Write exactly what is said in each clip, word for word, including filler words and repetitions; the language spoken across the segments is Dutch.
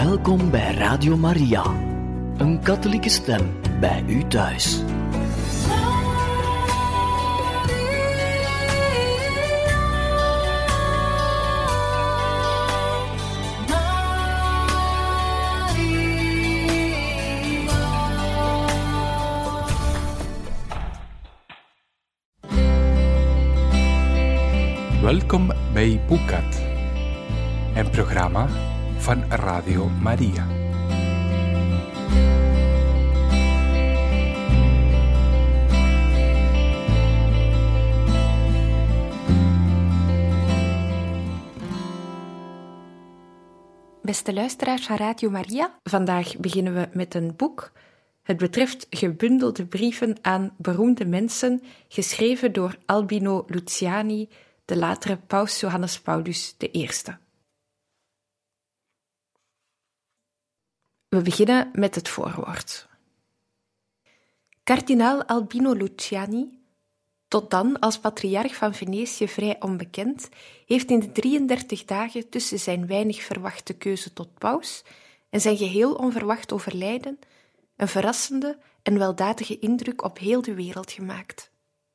Welkom bij Radio Maria, een katholieke stem bij u thuis. Welkom bij Boekat, een programma van Radio Maria. Beste luisteraars van Radio Maria, vandaag beginnen we met een boek. Het betreft gebundelde brieven aan beroemde mensen, geschreven door Albino Luciani, de latere paus Johannes Paulus de Eerste. We beginnen met het voorwoord. Kardinaal Albino Luciani, tot dan als patriarch van Venetië vrij onbekend, heeft in de drieëndertig dagen tussen zijn weinig verwachte keuze tot paus en zijn geheel onverwacht overlijden een verrassende en weldadige indruk op heel de wereld gemaakt.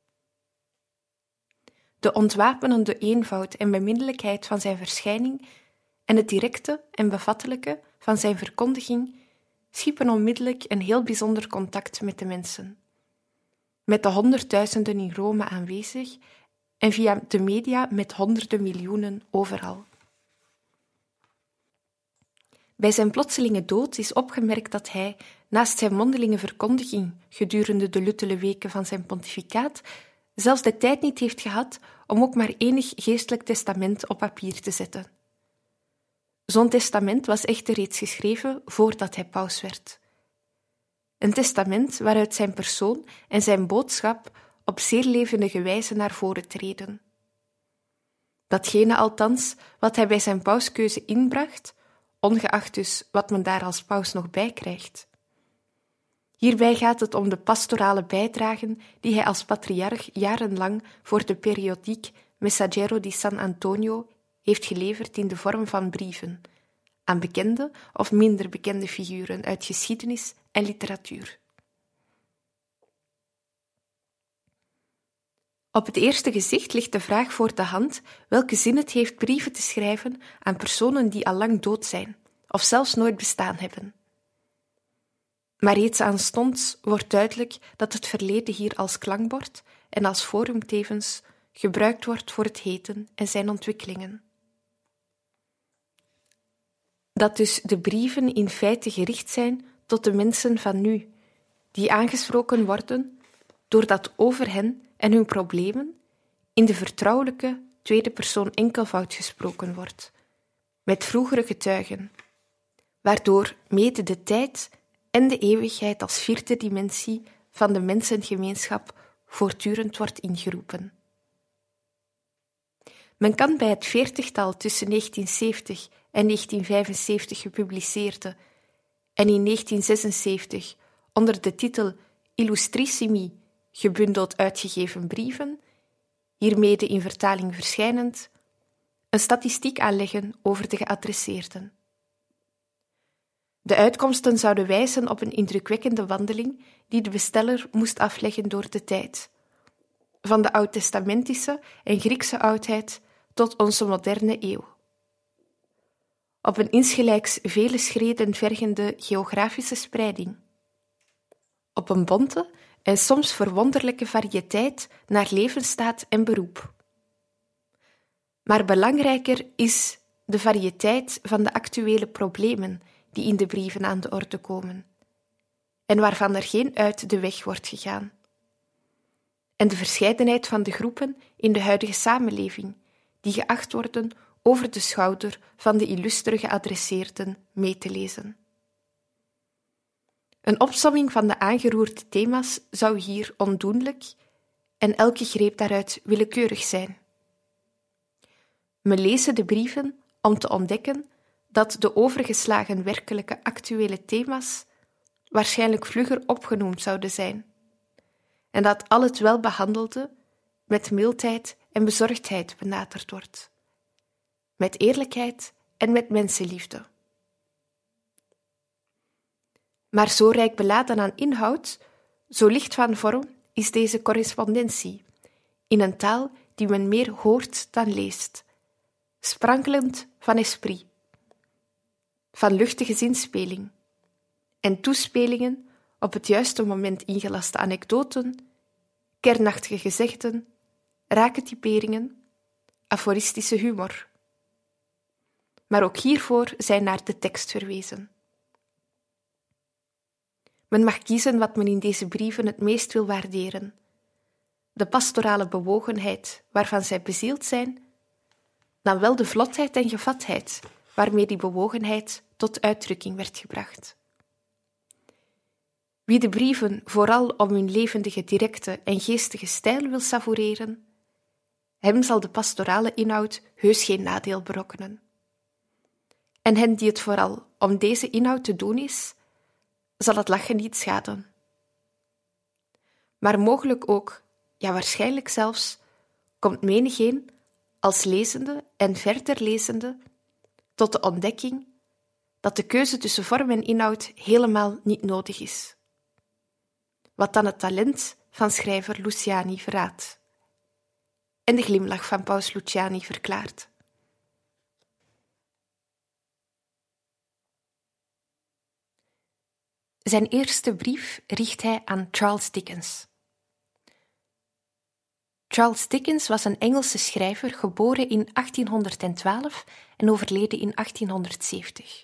De ontwapenende eenvoud en beminnelijkheid van zijn verschijning en het directe en bevattelijke van zijn verkondiging schiepen onmiddellijk een heel bijzonder contact met de mensen. Met de honderdduizenden in Rome aanwezig en via de media met honderden miljoenen overal. Bij zijn plotselinge dood is opgemerkt dat hij, naast zijn mondelinge verkondiging gedurende de luttele weken van zijn pontificaat, zelfs de tijd niet heeft gehad om ook maar enig geestelijk testament op papier te zetten. Zo'n testament was echter reeds geschreven voordat hij paus werd. Een testament waaruit zijn persoon en zijn boodschap op zeer levendige wijze naar voren treden. Datgene althans wat hij bij zijn pauskeuze inbracht, ongeacht dus wat men daar als paus nog bij krijgt. Hierbij gaat het om de pastorale bijdragen die hij als patriarch jarenlang voor de periodiek Messaggero di San Antonio heeft geleverd in de vorm van brieven aan bekende of minder bekende figuren uit geschiedenis en literatuur. Op het eerste gezicht ligt de vraag voor de hand welke zin het heeft brieven te schrijven aan personen die al lang dood zijn of zelfs nooit bestaan hebben. Maar reeds aanstonds wordt duidelijk dat het verleden hier als klankbord en als forum tevens gebruikt wordt voor het heden en zijn ontwikkelingen. Dat dus de brieven in feite gericht zijn tot de mensen van nu, die aangesproken worden doordat over hen en hun problemen in de vertrouwelijke tweede persoon enkelvoud gesproken wordt, met vroegere getuigen, waardoor mede de tijd en de eeuwigheid als vierde dimensie van de mensengemeenschap voortdurend wordt ingeroepen. Men kan bij het veertigtal tussen negentien zeventig en negentien vijfenzeventig gepubliceerde en in negentien zesenzeventig onder de titel Illustrissimi gebundeld uitgegeven brieven, hiermede in vertaling verschijnend, een statistiek aanleggen over de geadresseerden. De uitkomsten zouden wijzen op een indrukwekkende wandeling die de besteller moest afleggen door de tijd, van de oud-testamentische en Griekse oudheid tot onze moderne eeuw. Op een insgelijks vele schreden vergende geografische spreiding. Op een bonte en soms verwonderlijke variëteit naar levensstaat en beroep. Maar belangrijker is de variëteit van de actuele problemen die in de brieven aan de orde komen, en waarvan er geen uit de weg wordt gegaan. En de verscheidenheid van de groepen in de huidige samenleving, die geacht worden over de schouder van de illustere geadresseerden mee te lezen. Een opsomming van de aangeroerde thema's zou hier ondoenlijk en elke greep daaruit willekeurig zijn. We lezen de brieven om te ontdekken dat de overgeslagen werkelijke actuele thema's waarschijnlijk vlugger opgenoemd zouden zijn en dat al het welbehandelde met mildheid en bezorgdheid benaderd wordt, met eerlijkheid en met mensenliefde. Maar zo rijk beladen aan inhoud, zo licht van vorm, is deze correspondentie, in een taal die men meer hoort dan leest, sprankelend van esprit, van luchtige zinspeling en toespelingen op het juiste moment ingelaste anekdoten, kernachtige gezegden, rake typeringen, aforistische humor. Maar ook hiervoor zijn naar de tekst verwezen. Men mag kiezen wat men in deze brieven het meest wil waarderen. De pastorale bewogenheid waarvan zij bezield zijn, dan wel de vlotheid en gevatheid waarmee die bewogenheid tot uitdrukking werd gebracht. Wie de brieven vooral om hun levendige, directe en geestige stijl wil savoureren, hem zal de pastorale inhoud heus geen nadeel berokkenen. En hen die het vooral om deze inhoud te doen is, zal het lachen niet schaden. Maar mogelijk ook, ja waarschijnlijk zelfs, komt menigeen als lezende en verder lezende tot de ontdekking dat de keuze tussen vorm en inhoud helemaal niet nodig is. Wat dan het talent van schrijver Luciani verraadt en de glimlach van paus Luciani verklaart. Zijn eerste brief richt hij aan Charles Dickens. Charles Dickens was een Engelse schrijver, geboren in achttienhonderdtwaalf en overleden in achttienhonderdzeventig.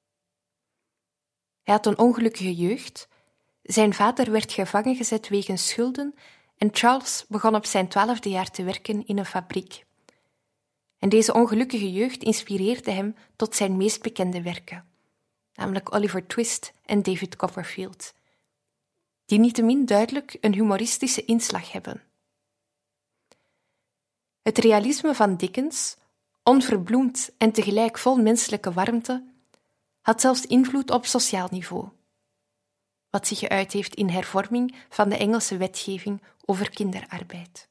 Hij had een ongelukkige jeugd. Zijn vader werd gevangen gezet wegens schulden en Charles begon op zijn twaalfde jaar te werken in een fabriek. En deze ongelukkige jeugd inspireerde hem tot zijn meest bekende werken, namelijk Oliver Twist en David Copperfield, die niettemin duidelijk een humoristische inslag hebben. Het realisme van Dickens, onverbloemd en tegelijk vol menselijke warmte, had zelfs invloed op sociaal niveau, wat zich geuit heeft in hervorming van de Engelse wetgeving over kinderarbeid.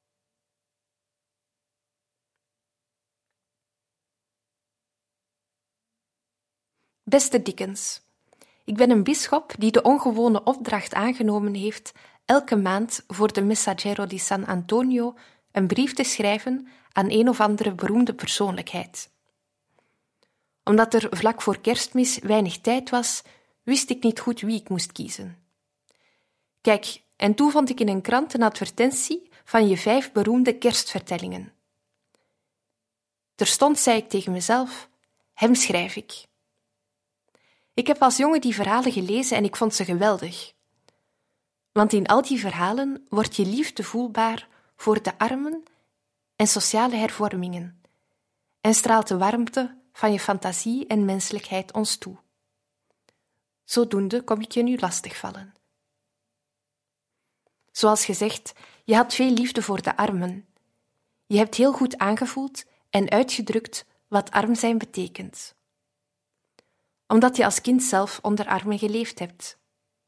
Beste Dickens, ik ben een bisschop die de ongewone opdracht aangenomen heeft elke maand voor de Messaggero di San Antonio een brief te schrijven aan een of andere beroemde persoonlijkheid. Omdat er vlak voor Kerstmis weinig tijd was, wist ik niet goed wie ik moest kiezen. Kijk, en toen vond ik in een krant een advertentie van je vijf beroemde kerstvertellingen. Terstond zei ik tegen mezelf, hem schrijf ik. Ik heb als jongen die verhalen gelezen en ik vond ze geweldig. Want in al die verhalen wordt je liefde voelbaar voor de armen en sociale hervormingen en straalt de warmte van je fantasie en menselijkheid ons toe. Zodoende kom ik je nu lastigvallen. Zoals gezegd, je had veel liefde voor de armen. Je hebt heel goed aangevoeld en uitgedrukt wat arm zijn betekent. Omdat je als kind zelf onder armen geleefd hebt.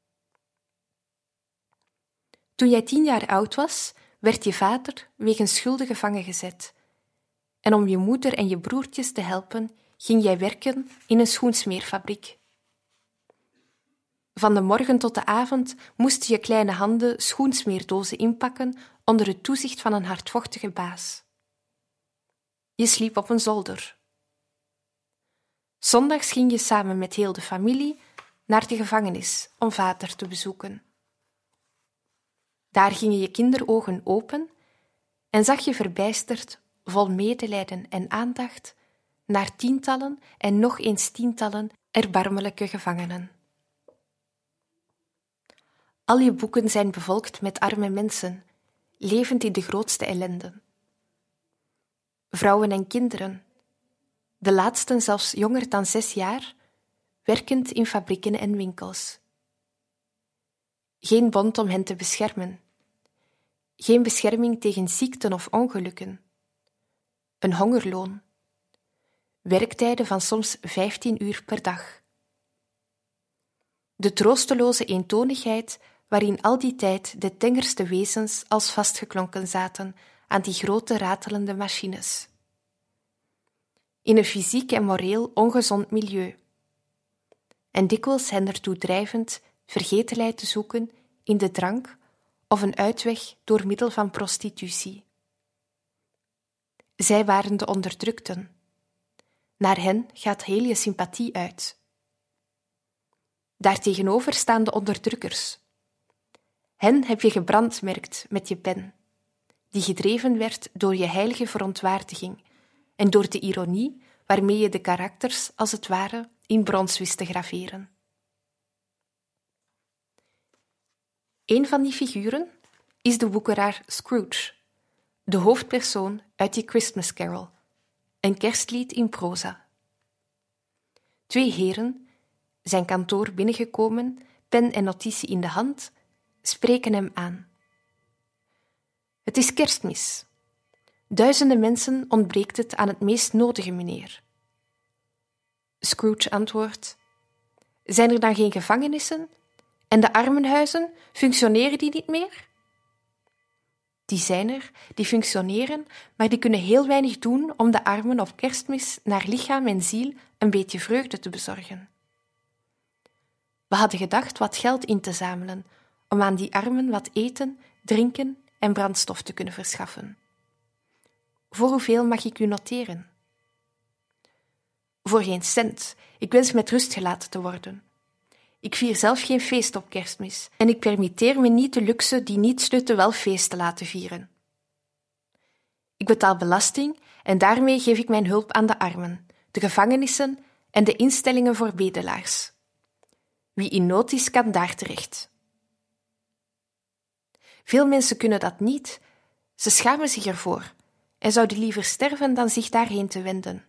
Toen jij tien jaar oud was, werd je vader wegens schulden gevangen gezet. En om je moeder en je broertjes te helpen, ging jij werken in een schoensmeerfabriek. Van de morgen tot de avond moesten je kleine handen schoensmeerdozen inpakken onder het toezicht van een hardvochtige baas. Je sliep op een zolder. Zondags ging je samen met heel de familie naar de gevangenis om vader te bezoeken. Daar gingen je kinderogen open en zag je verbijsterd, vol medelijden en aandacht, naar tientallen en nog eens tientallen erbarmelijke gevangenen. Al je boeken zijn bevolkt met arme mensen, levend in de grootste ellende. Vrouwen en kinderen, de laatsten zelfs jonger dan zes jaar, werkend in fabrieken en winkels. Geen bond om hen te beschermen. Geen bescherming tegen ziekten of ongelukken. Een hongerloon. Werktijden van soms vijftien uur per dag. De troosteloze eentonigheid waarin al die tijd de tengerste wezens als vastgeklonken zaten aan die grote ratelende machines. In een fysiek en moreel ongezond milieu. en dikwijls hen ertoe drijvend vergetelheid te zoeken in de drank of een uitweg door middel van prostitutie. Zij waren de onderdrukten. Naar hen gaat heel je sympathie uit. Daartegenover staan de onderdrukkers. Hen heb je gebrandmerkt met je pen, die gedreven werd door je heilige verontwaardiging en door de ironie waarmee je de karakters, als het ware, in brons wist te graveren. Een van die figuren is de woekeraar Scrooge, de hoofdpersoon uit die Christmas Carol, een kerstlied in proza. Twee heren, zijn kantoor binnengekomen, pen en notitie in de hand, spreken hem aan. Het is kerstmis. Duizenden mensen ontbreekt het aan het meest nodige, meneer. Scrooge antwoordt: zijn er dan geen gevangenissen? En de armenhuizen, functioneren die niet meer? Die zijn er, die functioneren, maar die kunnen heel weinig doen om de armen op kerstmis naar lichaam en ziel een beetje vreugde te bezorgen. We hadden gedacht wat geld in te zamelen, om aan die armen wat eten, drinken en brandstof te kunnen verschaffen. Voor hoeveel mag ik u noteren? Voor geen cent. Ik wens met rust gelaten te worden. Ik vier zelf geen feest op kerstmis en ik permitteer me niet de luxe die niets nutte wel feest te laten vieren. Ik betaal belasting en daarmee geef ik mijn hulp aan de armen, de gevangenissen en de instellingen voor bedelaars. Wie in nood is, kan daar terecht. Veel mensen kunnen dat niet. Ze schamen zich ervoor en zouden liever sterven dan zich daarheen te wenden.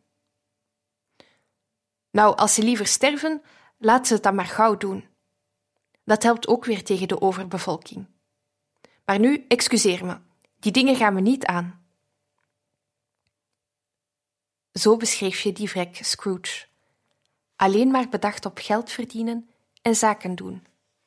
Nou, als ze liever sterven, laat ze het dan maar gauw doen. Dat helpt ook weer tegen de overbevolking. Maar nu, excuseer me, die dingen gaan me niet aan. Zo beschreef je die vrek Scrooge. Alleen maar bedacht op geld verdienen en zaken doen.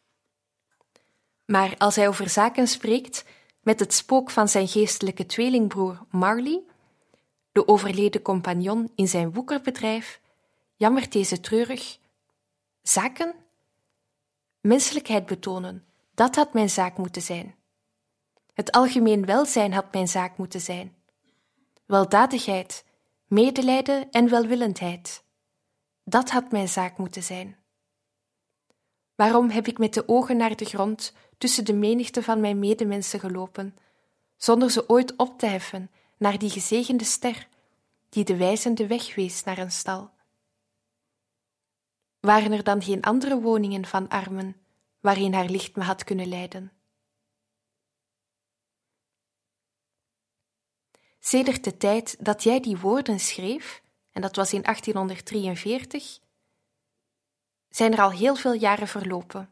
Maar als hij over zaken spreekt met het spook van zijn geestelijke tweelingbroer Marley, de overleden compagnon in zijn woekerbedrijf, jammert deze treurig: zaken? Menselijkheid betonen, dat had mijn zaak moeten zijn. Het algemeen welzijn had mijn zaak moeten zijn. Weldadigheid, medelijden en welwillendheid, dat had mijn zaak moeten zijn. Waarom heb ik met de ogen naar de grond tussen de menigte van mijn medemensen gelopen, zonder ze ooit op te heffen naar die gezegende ster, die de wijzende weg wees naar een stal? Waren er dan geen andere woningen van armen, waarin haar licht me had kunnen leiden? Sedert de tijd dat jij die woorden schreef, en dat was in achttienhonderddrieënveertig, zijn er al heel veel jaren verlopen.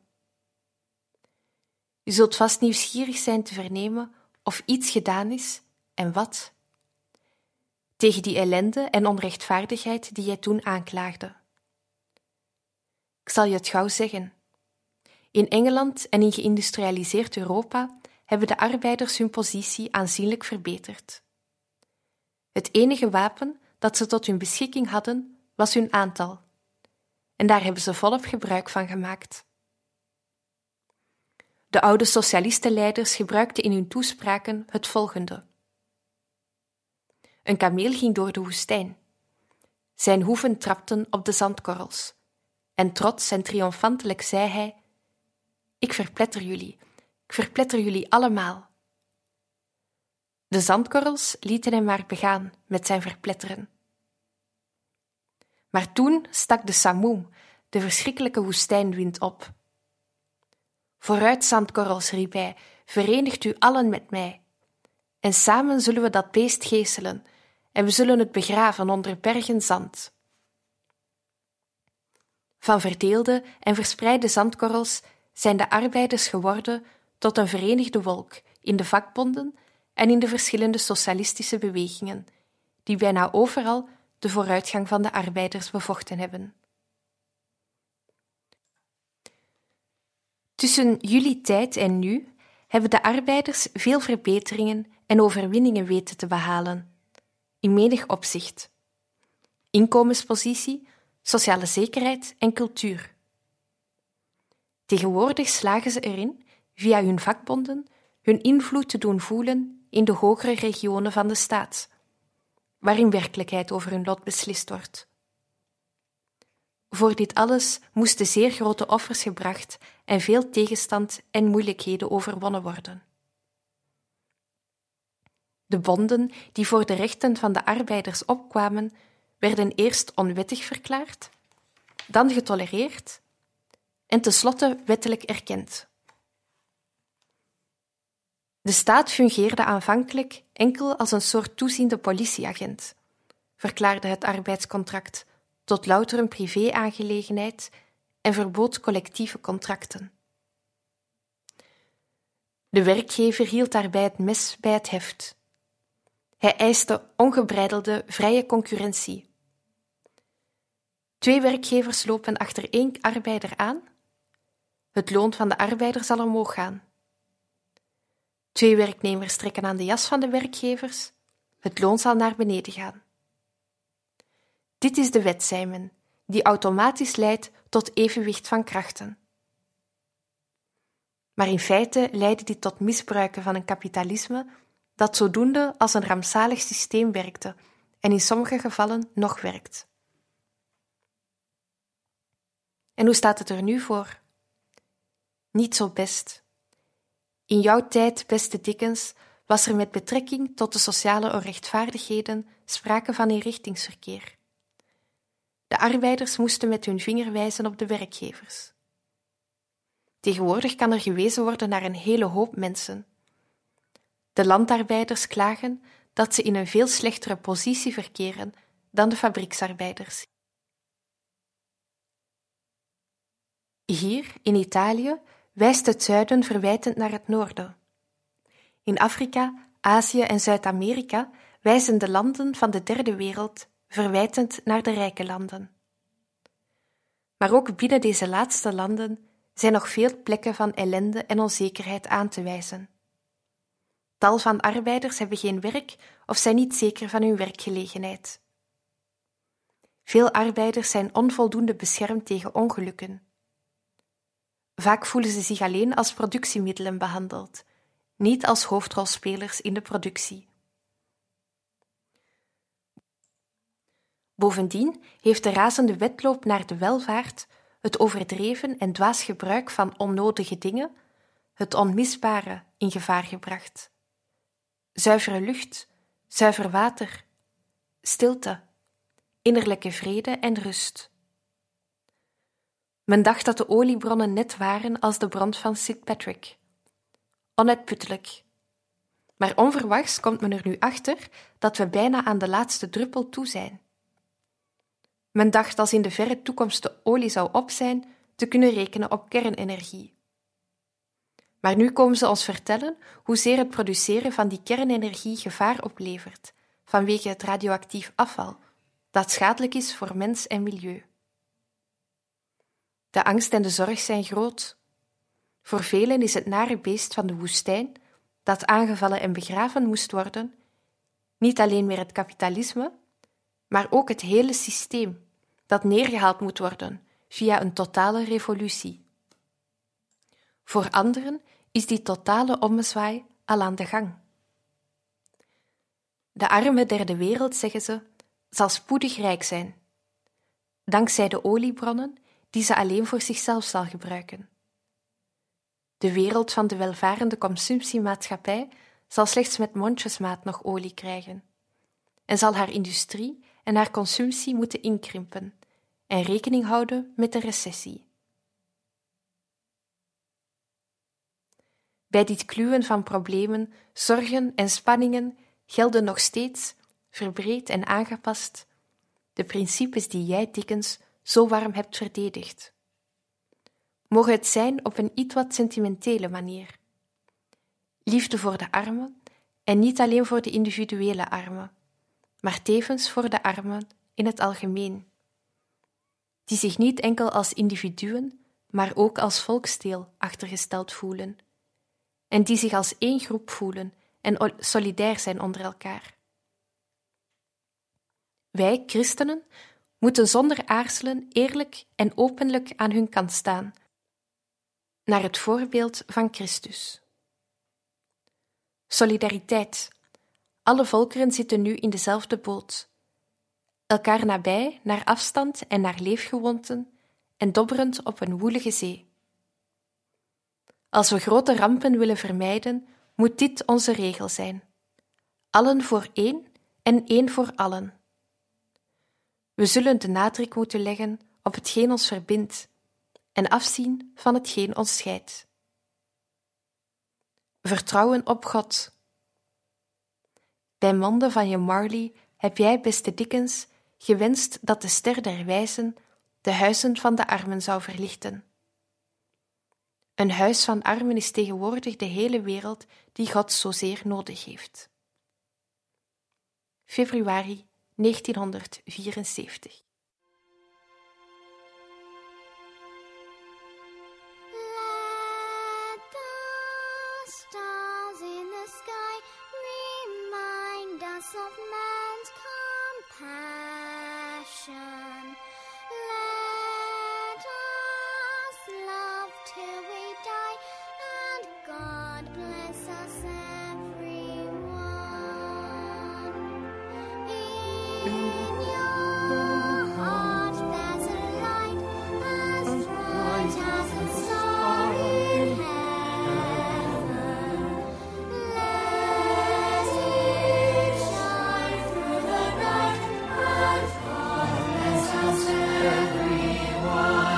Je zult vast nieuwsgierig zijn te vernemen of iets gedaan is, en wat, tegen die ellende en onrechtvaardigheid die jij toen aanklaagde. Ik zal je het gauw zeggen. In Engeland en in geïndustrialiseerd Europa hebben de arbeiders hun positie aanzienlijk verbeterd. Het enige wapen dat ze tot hun beschikking hadden, was hun aantal. En daar hebben ze volop gebruik van gemaakt. De oude socialistenleiders gebruikten in hun toespraken het volgende. Een kameel ging door de woestijn. Zijn hoeven trapten op de zandkorrels. En trots en triomfantelijk zei hij: ik verpletter jullie, ik verpletter jullie allemaal. De zandkorrels lieten hem maar begaan met zijn verpletteren. Maar toen stak de Samoem, de verschrikkelijke woestijnwind, op. Vooruit, zandkorrels, riep hij, verenigt u allen met mij. En samen zullen we dat beest geeselen, en we zullen het begraven onder bergen zand. Van verdeelde en verspreide zandkorrels zijn de arbeiders geworden tot een verenigde wolk in de vakbonden en in de verschillende socialistische bewegingen, die bijna overal de vooruitgang van de arbeiders bevochten hebben. Tussen jullie tijd en nu hebben de arbeiders veel verbeteringen en overwinningen weten te behalen, in menig opzicht. Inkomenspositie, sociale zekerheid en cultuur, Tegenwoordig slagen ze erin, via hun vakbonden, hun invloed te doen voelen in de hogere regionen van de staat, waar in werkelijkheid over hun lot beslist wordt. Voor dit alles moesten zeer grote offers gebracht en veel tegenstand en moeilijkheden overwonnen worden. De bonden die voor de rechten van de arbeiders opkwamen, werden eerst onwettig verklaard, dan getolereerd en tenslotte wettelijk erkend. De staat fungeerde aanvankelijk enkel als een soort toeziende politieagent, verklaarde het arbeidscontract tot louter een privé-aangelegenheid en verbood collectieve contracten. De werkgever hield daarbij het mes bij het heft. Hij eiste ongebreidelde, vrije concurrentie. Twee werkgevers lopen achter één arbeider aan. Het loon van de arbeider zal omhoog gaan. Twee werknemers trekken aan de jas van de werkgevers. Het loon zal naar beneden gaan. Dit is de wet, zei men, die automatisch leidt tot evenwicht van krachten. Maar in feite leidde dit tot misbruiken van een kapitalisme dat zodoende als een rampzalig systeem werkte en in sommige gevallen nog werkt. En hoe staat het er nu voor? Niet zo best. In jouw tijd, beste Dickens, was er met betrekking tot de sociale onrechtvaardigheden sprake van inrichtingsverkeer. De arbeiders moesten met hun vinger wijzen op de werkgevers. Tegenwoordig kan er gewezen worden naar een hele hoop mensen. De landarbeiders klagen dat ze in een veel slechtere positie verkeren dan de fabrieksarbeiders. Hier, in Italië, wijst het zuiden verwijtend naar het noorden. In Afrika, Azië en Zuid-Amerika wijzen de landen van de derde wereld verwijtend naar de rijke landen. Maar ook binnen deze laatste landen zijn nog veel plekken van ellende en onzekerheid aan te wijzen. Tal van arbeiders hebben geen werk of zijn niet zeker van hun werkgelegenheid. Veel arbeiders zijn onvoldoende beschermd tegen ongelukken. Vaak voelen ze zich alleen als productiemiddelen behandeld, niet als hoofdrolspelers in de productie. Bovendien heeft de razende wedloop naar de welvaart, het overdreven en dwaas gebruik van onnodige dingen, het onmisbare in gevaar gebracht. Zuivere lucht, zuiver water, stilte, innerlijke vrede en rust. Men dacht dat de oliebronnen net waren als de bron van Saint Patrick. Onuitputtelijk. Maar onverwachts komt men er nu achter dat we bijna aan de laatste druppel toe zijn. Men dacht als in de verre toekomst de olie zou op zijn, te kunnen rekenen op kernenergie. Maar nu komen ze ons vertellen hoezeer het produceren van die kernenergie gevaar oplevert, vanwege het radioactief afval, dat schadelijk is voor mens en milieu. De angst en de zorg zijn groot. Voor velen is het nare beest van de woestijn, dat aangevallen en begraven moest worden, niet alleen meer het kapitalisme, maar ook het hele systeem, dat neergehaald moet worden via een totale revolutie. Voor anderen is die totale ommezwaai al aan de gang. De arme derde wereld, zeggen ze, zal spoedig rijk zijn, dankzij de oliebronnen die ze alleen voor zichzelf zal gebruiken. De wereld van de welvarende consumptiemaatschappij zal slechts met mondjesmaat nog olie krijgen en zal haar industrie en haar consumptie moeten inkrimpen en rekening houden met de recessie. Bij dit kluwen van problemen, zorgen en spanningen gelden nog steeds, verbreed en aangepast, de principes die jij, Dickens, zo warm hebt verdedigd. Mogen het zijn op een iets wat sentimentele manier. Liefde voor de armen en niet alleen voor de individuele armen, maar tevens voor de armen in het algemeen, die zich niet enkel als individuen, maar ook als volksdeel achtergesteld voelen, en die zich als één groep voelen en solidair zijn onder elkaar. Wij, christenen, moeten zonder aarzelen eerlijk en openlijk aan hun kant staan, naar het voorbeeld van Christus. Solidariteit. Alle volkeren zitten nu in dezelfde boot. Elkaar nabij, naar afstand en naar leefgewoonten, en dobberend op een woelige zee. Als we grote rampen willen vermijden, moet dit onze regel zijn. Allen voor één en één voor allen. We zullen de nadruk moeten leggen op hetgeen ons verbindt en afzien van hetgeen ons scheidt. Vertrouwen op God. Bij monden van je Marley heb jij, beste Dickens, gewenst dat de ster der wijzen de huizen van de armen zou verlichten. Een huis van armen is tegenwoordig de hele wereld die God zozeer nodig heeft. Februari negentienhonderdvierenzeventig. Let the stars in the sky remind us of man's compassion. Let us love till we die, and God bless us everyone. In your heart there's a light as bright as a star in heaven. Let it shine through the night, and God bless us everyone.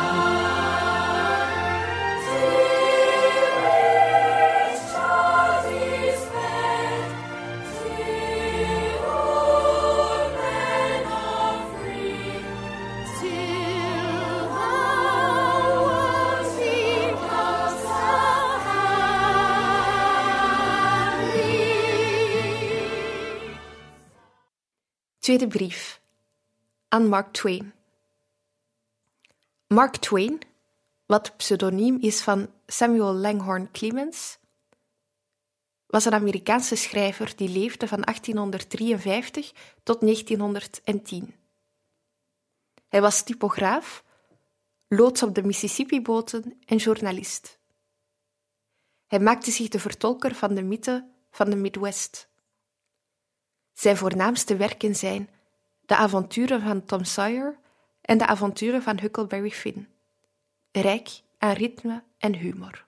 Till each child is fed, till all men are free, till the world becomes a family. Tweede brief. Aan Mark Twain. Mark Twain, wat pseudoniem is van Samuel Langhorne Clemens, was een Amerikaanse schrijver die leefde van achttienhonderddrieënvijftig tot negentienhonderdtien. Hij was typograaf, loods op de Mississippi-boten en journalist. Hij maakte zich de vertolker van de mythe van de Midwest. Zijn voornaamste werken zijn De avonturen van Tom Sawyer en De avonturen van Huckleberry Finn, rijk aan ritme en humor.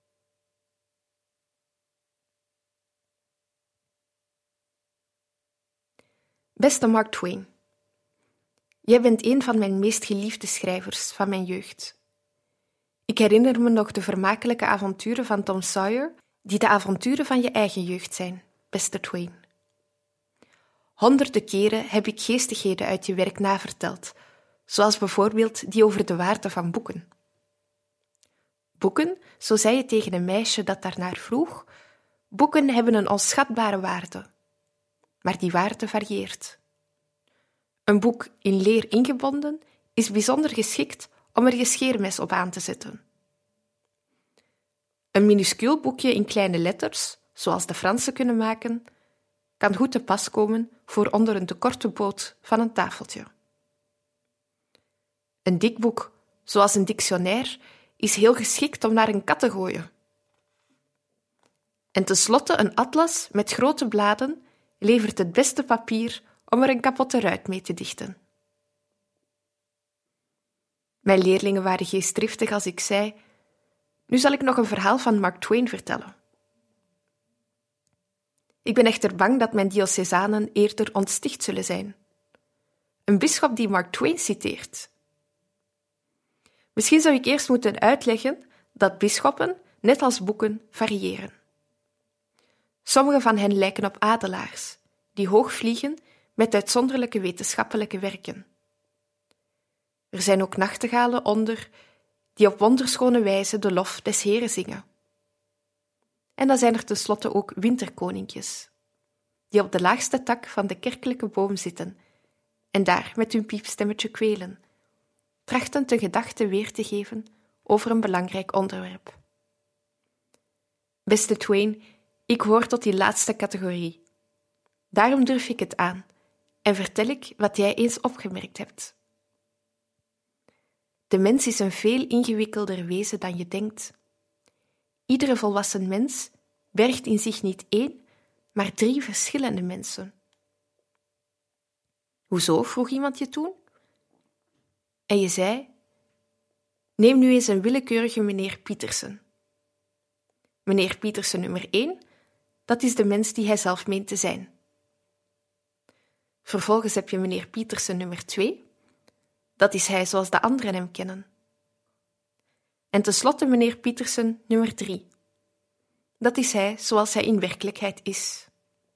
Beste Mark Twain, jij bent een van mijn meest geliefde schrijvers van mijn jeugd. Ik herinner me nog de vermakelijke avonturen van Tom Sawyer, die de avonturen van je eigen jeugd zijn, beste Twain. Honderden keren heb ik geestigheden uit je werk naverteld, zoals bijvoorbeeld die over de waarde van boeken. Boeken, zo zei je tegen een meisje dat daarnaar vroeg, boeken hebben een onschatbare waarde. Maar die waarde varieert. Een boek in leer ingebonden is bijzonder geschikt om er je scheermes op aan te zetten. Een minuscuul boekje in kleine letters, zoals de Fransen kunnen maken, kan goed te pas komen voor onder een te korte boot van een tafeltje. Een dik boek, zoals een dictionair, is heel geschikt om naar een kat te gooien. En tenslotte een atlas met grote bladen levert het beste papier om er een kapotte ruit mee te dichten. Mijn leerlingen waren geestdriftig als ik zei: nu zal ik nog een verhaal van Mark Twain vertellen. Ik ben echter bang dat mijn diocesanen eerder ontsticht zullen zijn. Een bisschop die Mark Twain citeert. Misschien zou ik eerst moeten uitleggen dat bisschoppen, net als boeken, variëren. Sommige van hen lijken op adelaars, die hoog vliegen met uitzonderlijke wetenschappelijke werken. Er zijn ook nachtegalen onder, die op wonderschone wijze de lof des Heren zingen. En dan zijn er tenslotte ook winterkoninkjes, die op de laagste tak van de kerkelijke boom zitten en daar met hun piepstemmetje kwelen, trachtend een gedachte weer te geven over een belangrijk onderwerp. Beste Twain, ik hoor tot die laatste categorie. Daarom durf ik het aan en vertel ik wat jij eens opgemerkt hebt. De mens is een veel ingewikkelder wezen dan je denkt. Iedere volwassen mens bergt in zich niet één, maar drie verschillende mensen. Hoezo? Vroeg iemand je toen. En je zei, neem nu eens een willekeurige meneer Pietersen. Meneer Pietersen nummer één, dat is de mens die hij zelf meent te zijn. Vervolgens heb je meneer Pietersen nummer twee, dat is hij zoals de anderen hem kennen. En tenslotte meneer Pietersen nummer drie, dat is hij zoals hij in werkelijkheid is.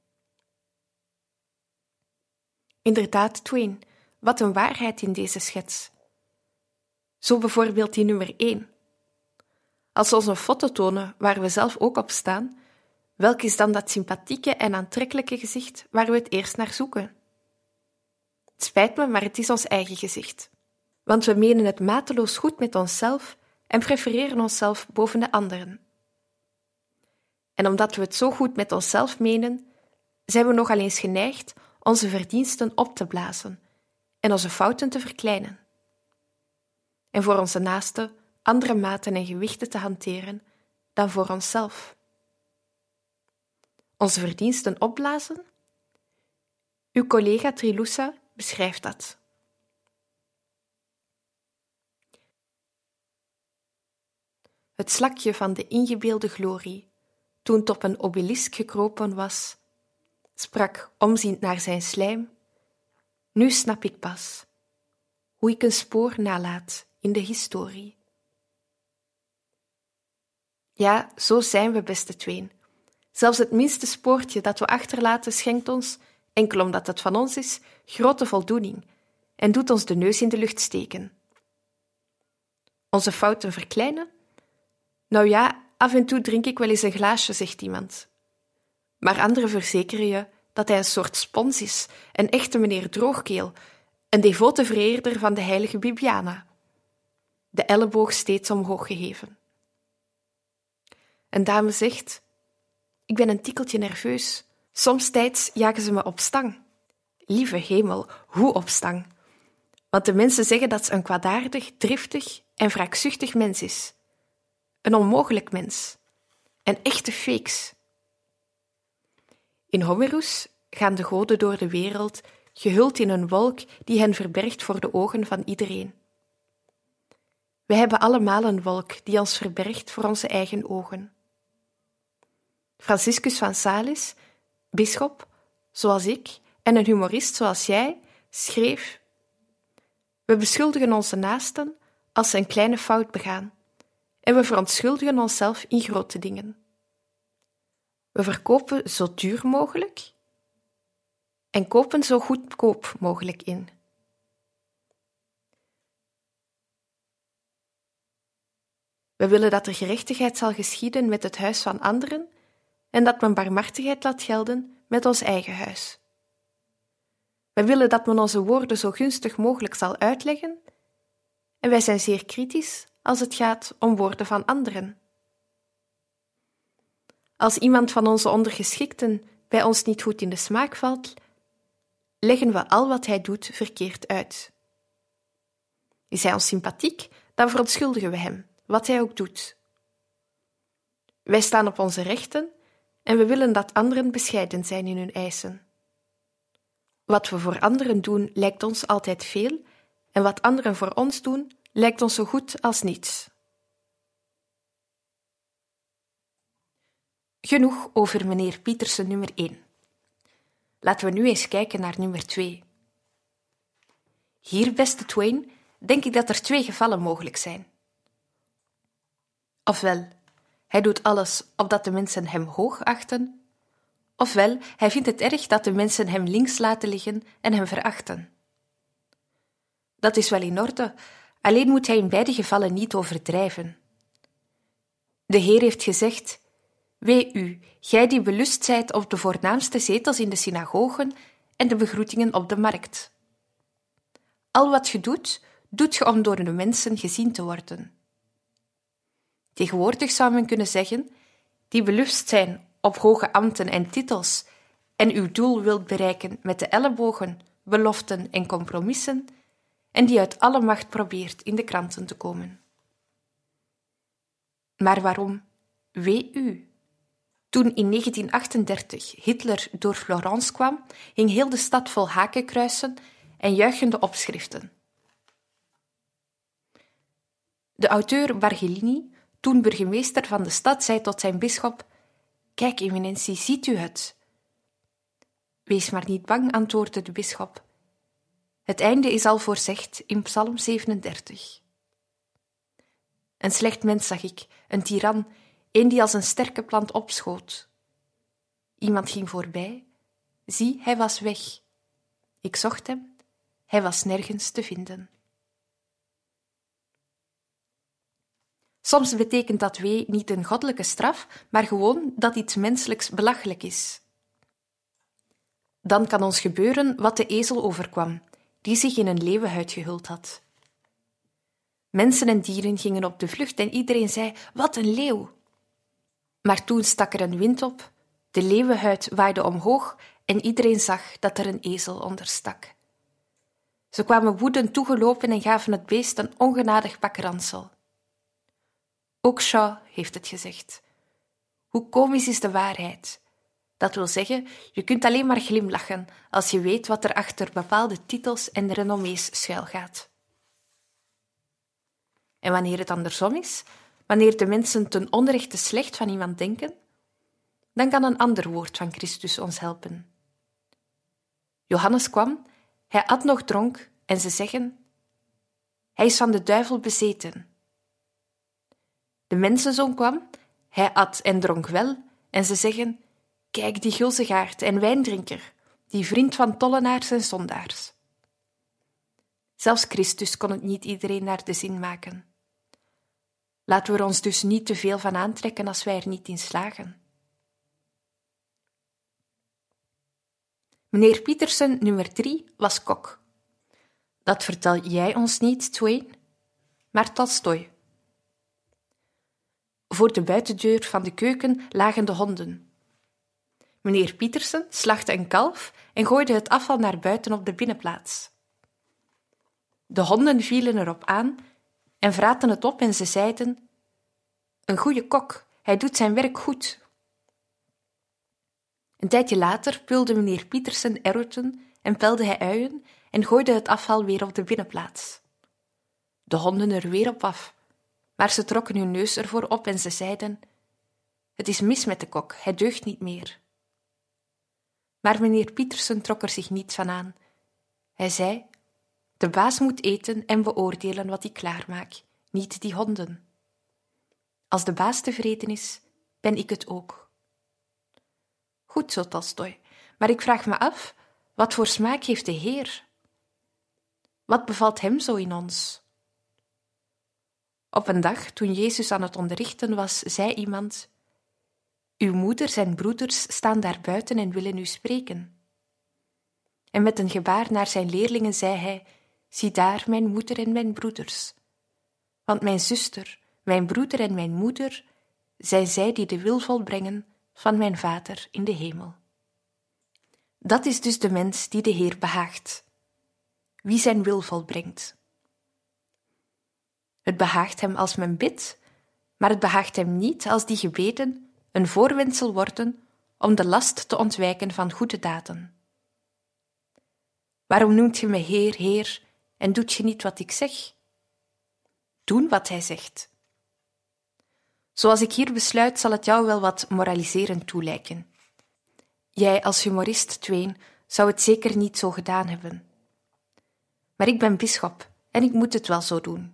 Inderdaad, Twain, wat een waarheid in deze schets. Zo bijvoorbeeld die nummer één. Als we ons een foto tonen waar we zelf ook op staan, welk is dan dat sympathieke en aantrekkelijke gezicht waar we het eerst naar zoeken? Het spijt me, maar het is ons eigen gezicht. Want we menen het mateloos goed met onszelf en prefereren onszelf boven de anderen. En omdat we het zo goed met onszelf menen, zijn we nogal eens geneigd onze verdiensten op te blazen en onze fouten te verkleinen. En voor onze naasten andere maten en gewichten te hanteren dan voor onszelf. Onze verdiensten opblazen? Uw collega Trilussa beschrijft dat. Het slakje van de ingebeelde glorie, toen het op een obelisk gekropen was, sprak omziend naar zijn slijm, nu snap ik pas hoe ik een spoor nalaat in de historie. Ja, zo zijn we, beste Twain. Zelfs het minste spoortje dat we achterlaten schenkt ons, enkel omdat het van ons is, grote voldoening en doet ons de neus in de lucht steken. Onze fouten verkleinen? Nou ja, af en toe drink ik wel eens een glaasje, zegt iemand. Maar anderen verzekeren je dat hij een soort spons is, een echte meneer Droogkeel, een devote vereerder van de heilige Bibiana. De elleboog steeds omhoog geheven. Een dame zegt, ik ben een tikkeltje nerveus. Somtijds jagen ze me op stang. Lieve hemel, hoe op stang? Want de mensen zeggen dat ze een kwaadaardig, driftig en wraakzuchtig mens is. Een onmogelijk mens. Een echte feeks. In Homerus gaan de goden door de wereld, gehuld in een wolk die hen verbergt voor de ogen van iedereen. Wij hebben allemaal een wolk die ons verbergt voor onze eigen ogen. Franciscus van Sales, bisschop, zoals ik, en een humorist zoals jij, schreef: we beschuldigen onze naasten als ze een kleine fout begaan, en we verontschuldigen onszelf in grote dingen. We verkopen zo duur mogelijk en kopen zo goedkoop mogelijk in. We willen dat er gerechtigheid zal geschieden met het huis van anderen en dat men barmhartigheid laat gelden met ons eigen huis. We willen dat men onze woorden zo gunstig mogelijk zal uitleggen en wij zijn zeer kritisch als het gaat om woorden van anderen. Als iemand van onze ondergeschikten bij ons niet goed in de smaak valt, leggen we al wat hij doet verkeerd uit. Is hij ons sympathiek, dan verontschuldigen we hem, wat hij ook doet. Wij staan op onze rechten en we willen dat anderen bescheiden zijn in hun eisen. Wat we voor anderen doen lijkt ons altijd veel en wat anderen voor ons doen lijkt ons zo goed als niets. Genoeg over meneer Pietersen nummer één. Laten we nu eens kijken naar nummer twee. Hier, beste Twain, denk ik dat er twee gevallen mogelijk zijn. Ofwel, hij doet alles opdat de mensen hem hoog achten, ofwel, hij vindt het erg dat de mensen hem links laten liggen en hem verachten. Dat is wel in orde, alleen moet hij in beide gevallen niet overdrijven. De Heer heeft gezegd: wee u, gij die belust zijt op de voornaamste zetels in de synagogen en de begroetingen op de markt. Al wat je doet, doet je om door de mensen gezien te worden. Tegenwoordig zou men kunnen zeggen, die belust zijn op hoge ambten en titels en uw doel wilt bereiken met de ellebogen, beloften en compromissen, en die uit alle macht probeert in de kranten te komen. Maar waarom? Wee u. Toen in negentien achtendertig Hitler door Florence kwam, hing heel de stad vol hakenkruisen en juichende opschriften. De auteur Bargellini, toen burgemeester van de stad, zei tot zijn bisschop: Kijk, eminentie, ziet u het? Wees maar niet bang, antwoordde de bisschop. Het einde is al voorzegd in Psalm zevenendertig. Een slecht mens zag ik, een tiran, een die als een sterke plant opschoot. Iemand ging voorbij. Zie, hij was weg. Ik zocht hem. Hij was nergens te vinden. Soms betekent dat wee niet een goddelijke straf, maar gewoon dat iets menselijks belachelijk is. Dan kan ons gebeuren wat de ezel overkwam, die zich in een leeuwenhuid gehuld had. Mensen en dieren gingen op de vlucht en iedereen zei: wat een leeuw! Maar toen stak er een wind op, de leeuwenhuid waaide omhoog en iedereen zag dat er een ezel onder stak. Ze kwamen woedend toegelopen en gaven het beest een ongenadig pak ransel. Ook Shaw heeft het gezegd. Hoe komisch is de waarheid? Dat wil zeggen, je kunt alleen maar glimlachen als je weet wat er achter bepaalde titels en renommees schuilgaat. En wanneer het andersom is, wanneer de mensen ten onrechte slecht van iemand denken, dan kan een ander woord van Christus ons helpen. Johannes kwam, hij at nog dronk en ze zeggen: hij is van de duivel bezeten. De mensenzoon kwam, hij at en dronk wel en ze zeggen: kijk die gulzigaard en wijndrinker, die vriend van tollenaars en zondaars. Zelfs Christus kon het niet iedereen naar de zin maken. Laten we er ons dus niet te veel van aantrekken als wij er niet in slagen. Meneer Pietersen, nummer drie, was kok. Dat vertel jij ons niet, Twain, maar Tolstoj. Voor de buitendeur van de keuken lagen de honden. Meneer Pietersen slachtte een kalf en gooide het afval naar buiten op de binnenplaats. De honden vielen erop aan en vraten het op en ze zeiden: een goede kok, hij doet zijn werk goed. Een tijdje later peulde meneer Pietersen erwten en pelde hij uien en gooide het afval weer op de binnenplaats. De honden er weer op af, maar ze trokken hun neus ervoor op en ze zeiden: het is mis met de kok, hij deugt niet meer. Maar meneer Pietersen trok er zich niets van aan. Hij zei: de baas moet eten en beoordelen wat hij klaarmaakt, niet die honden. Als de baas tevreden is, ben ik het ook. Goed zo, Tolstoj, maar ik vraag me af, wat voor smaak heeft de Heer? Wat bevalt hem zo in ons? Op een dag, toen Jezus aan het onderrichten was, zei iemand: uw moeders en broeders staan daar buiten en willen u spreken. En met een gebaar naar zijn leerlingen zei hij: zie daar mijn moeder en mijn broeders. Want mijn zuster, mijn broeder en mijn moeder zijn zij die de wil volbrengen van mijn Vader in de hemel. Dat is dus de mens die de Heer behaagt, wie zijn wil volbrengt. Het behaagt hem als men bidt, maar het behaagt hem niet als die gebeden een voorwendsel worden om de last te ontwijken van goede daden. Waarom noemt je me Heer, Heer, en doet je niet wat ik zeg? Doen wat hij zegt. Zoals ik hier besluit, zal het jou wel wat moraliserend toelijken. Jij als humorist, Twain, zou het zeker niet zo gedaan hebben. Maar ik ben bisschop en ik moet het wel zo doen.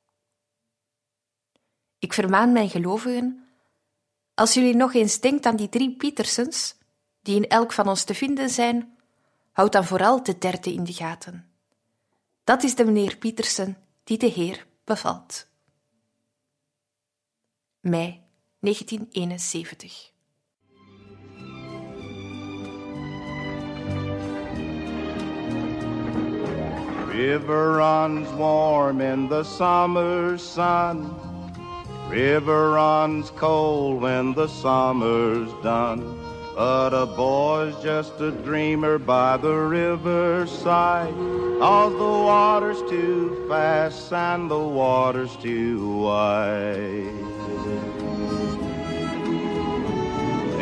Ik vermaan mijn gelovigen: als jullie nog eens denkt aan die drie Pietersens, die in elk van ons te vinden zijn, houd dan vooral de derde in de gaten. Dat is de meneer Pietersen die de Heer bevalt. Mei negentien eenenzeventig. River runs warm in the summer sun. River runs cold when the summer's done. But a boy's just a dreamer by the riverside. 'Cause the water's too fast and the water's too wide.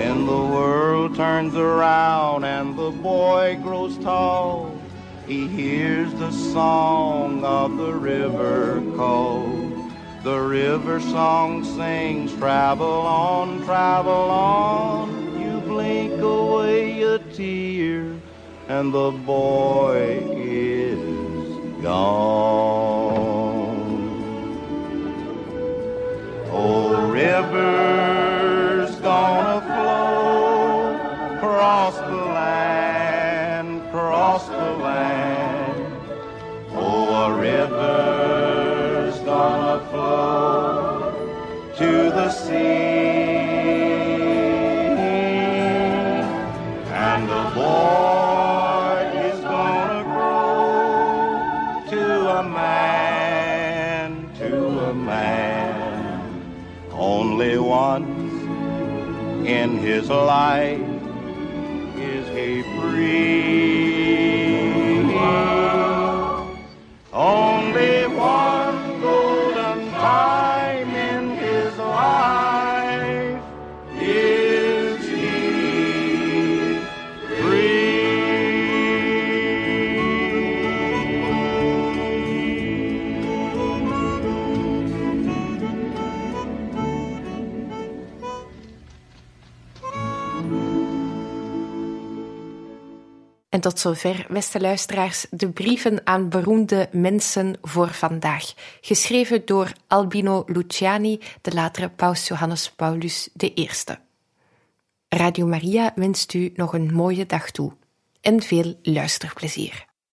Then the world turns around and the boy grows tall. He hears the song of the river call. The river song sings, travel on, travel on. You blink away a tear and the boy is gone. Oh, river's gonna flow across the land, across the land. Oh, a river's gonna flow to the sea, and the boy is gonna grow to a man, to a man. Only once in his life is he free. Only one golden time in his life is he En tot zover, beste luisteraars, de brieven aan beroemde mensen voor vandaag. Geschreven door Albino Luciani, de latere paus Johannes Paulus de Eerste. Radio Maria wenst u nog een mooie dag toe en veel luisterplezier.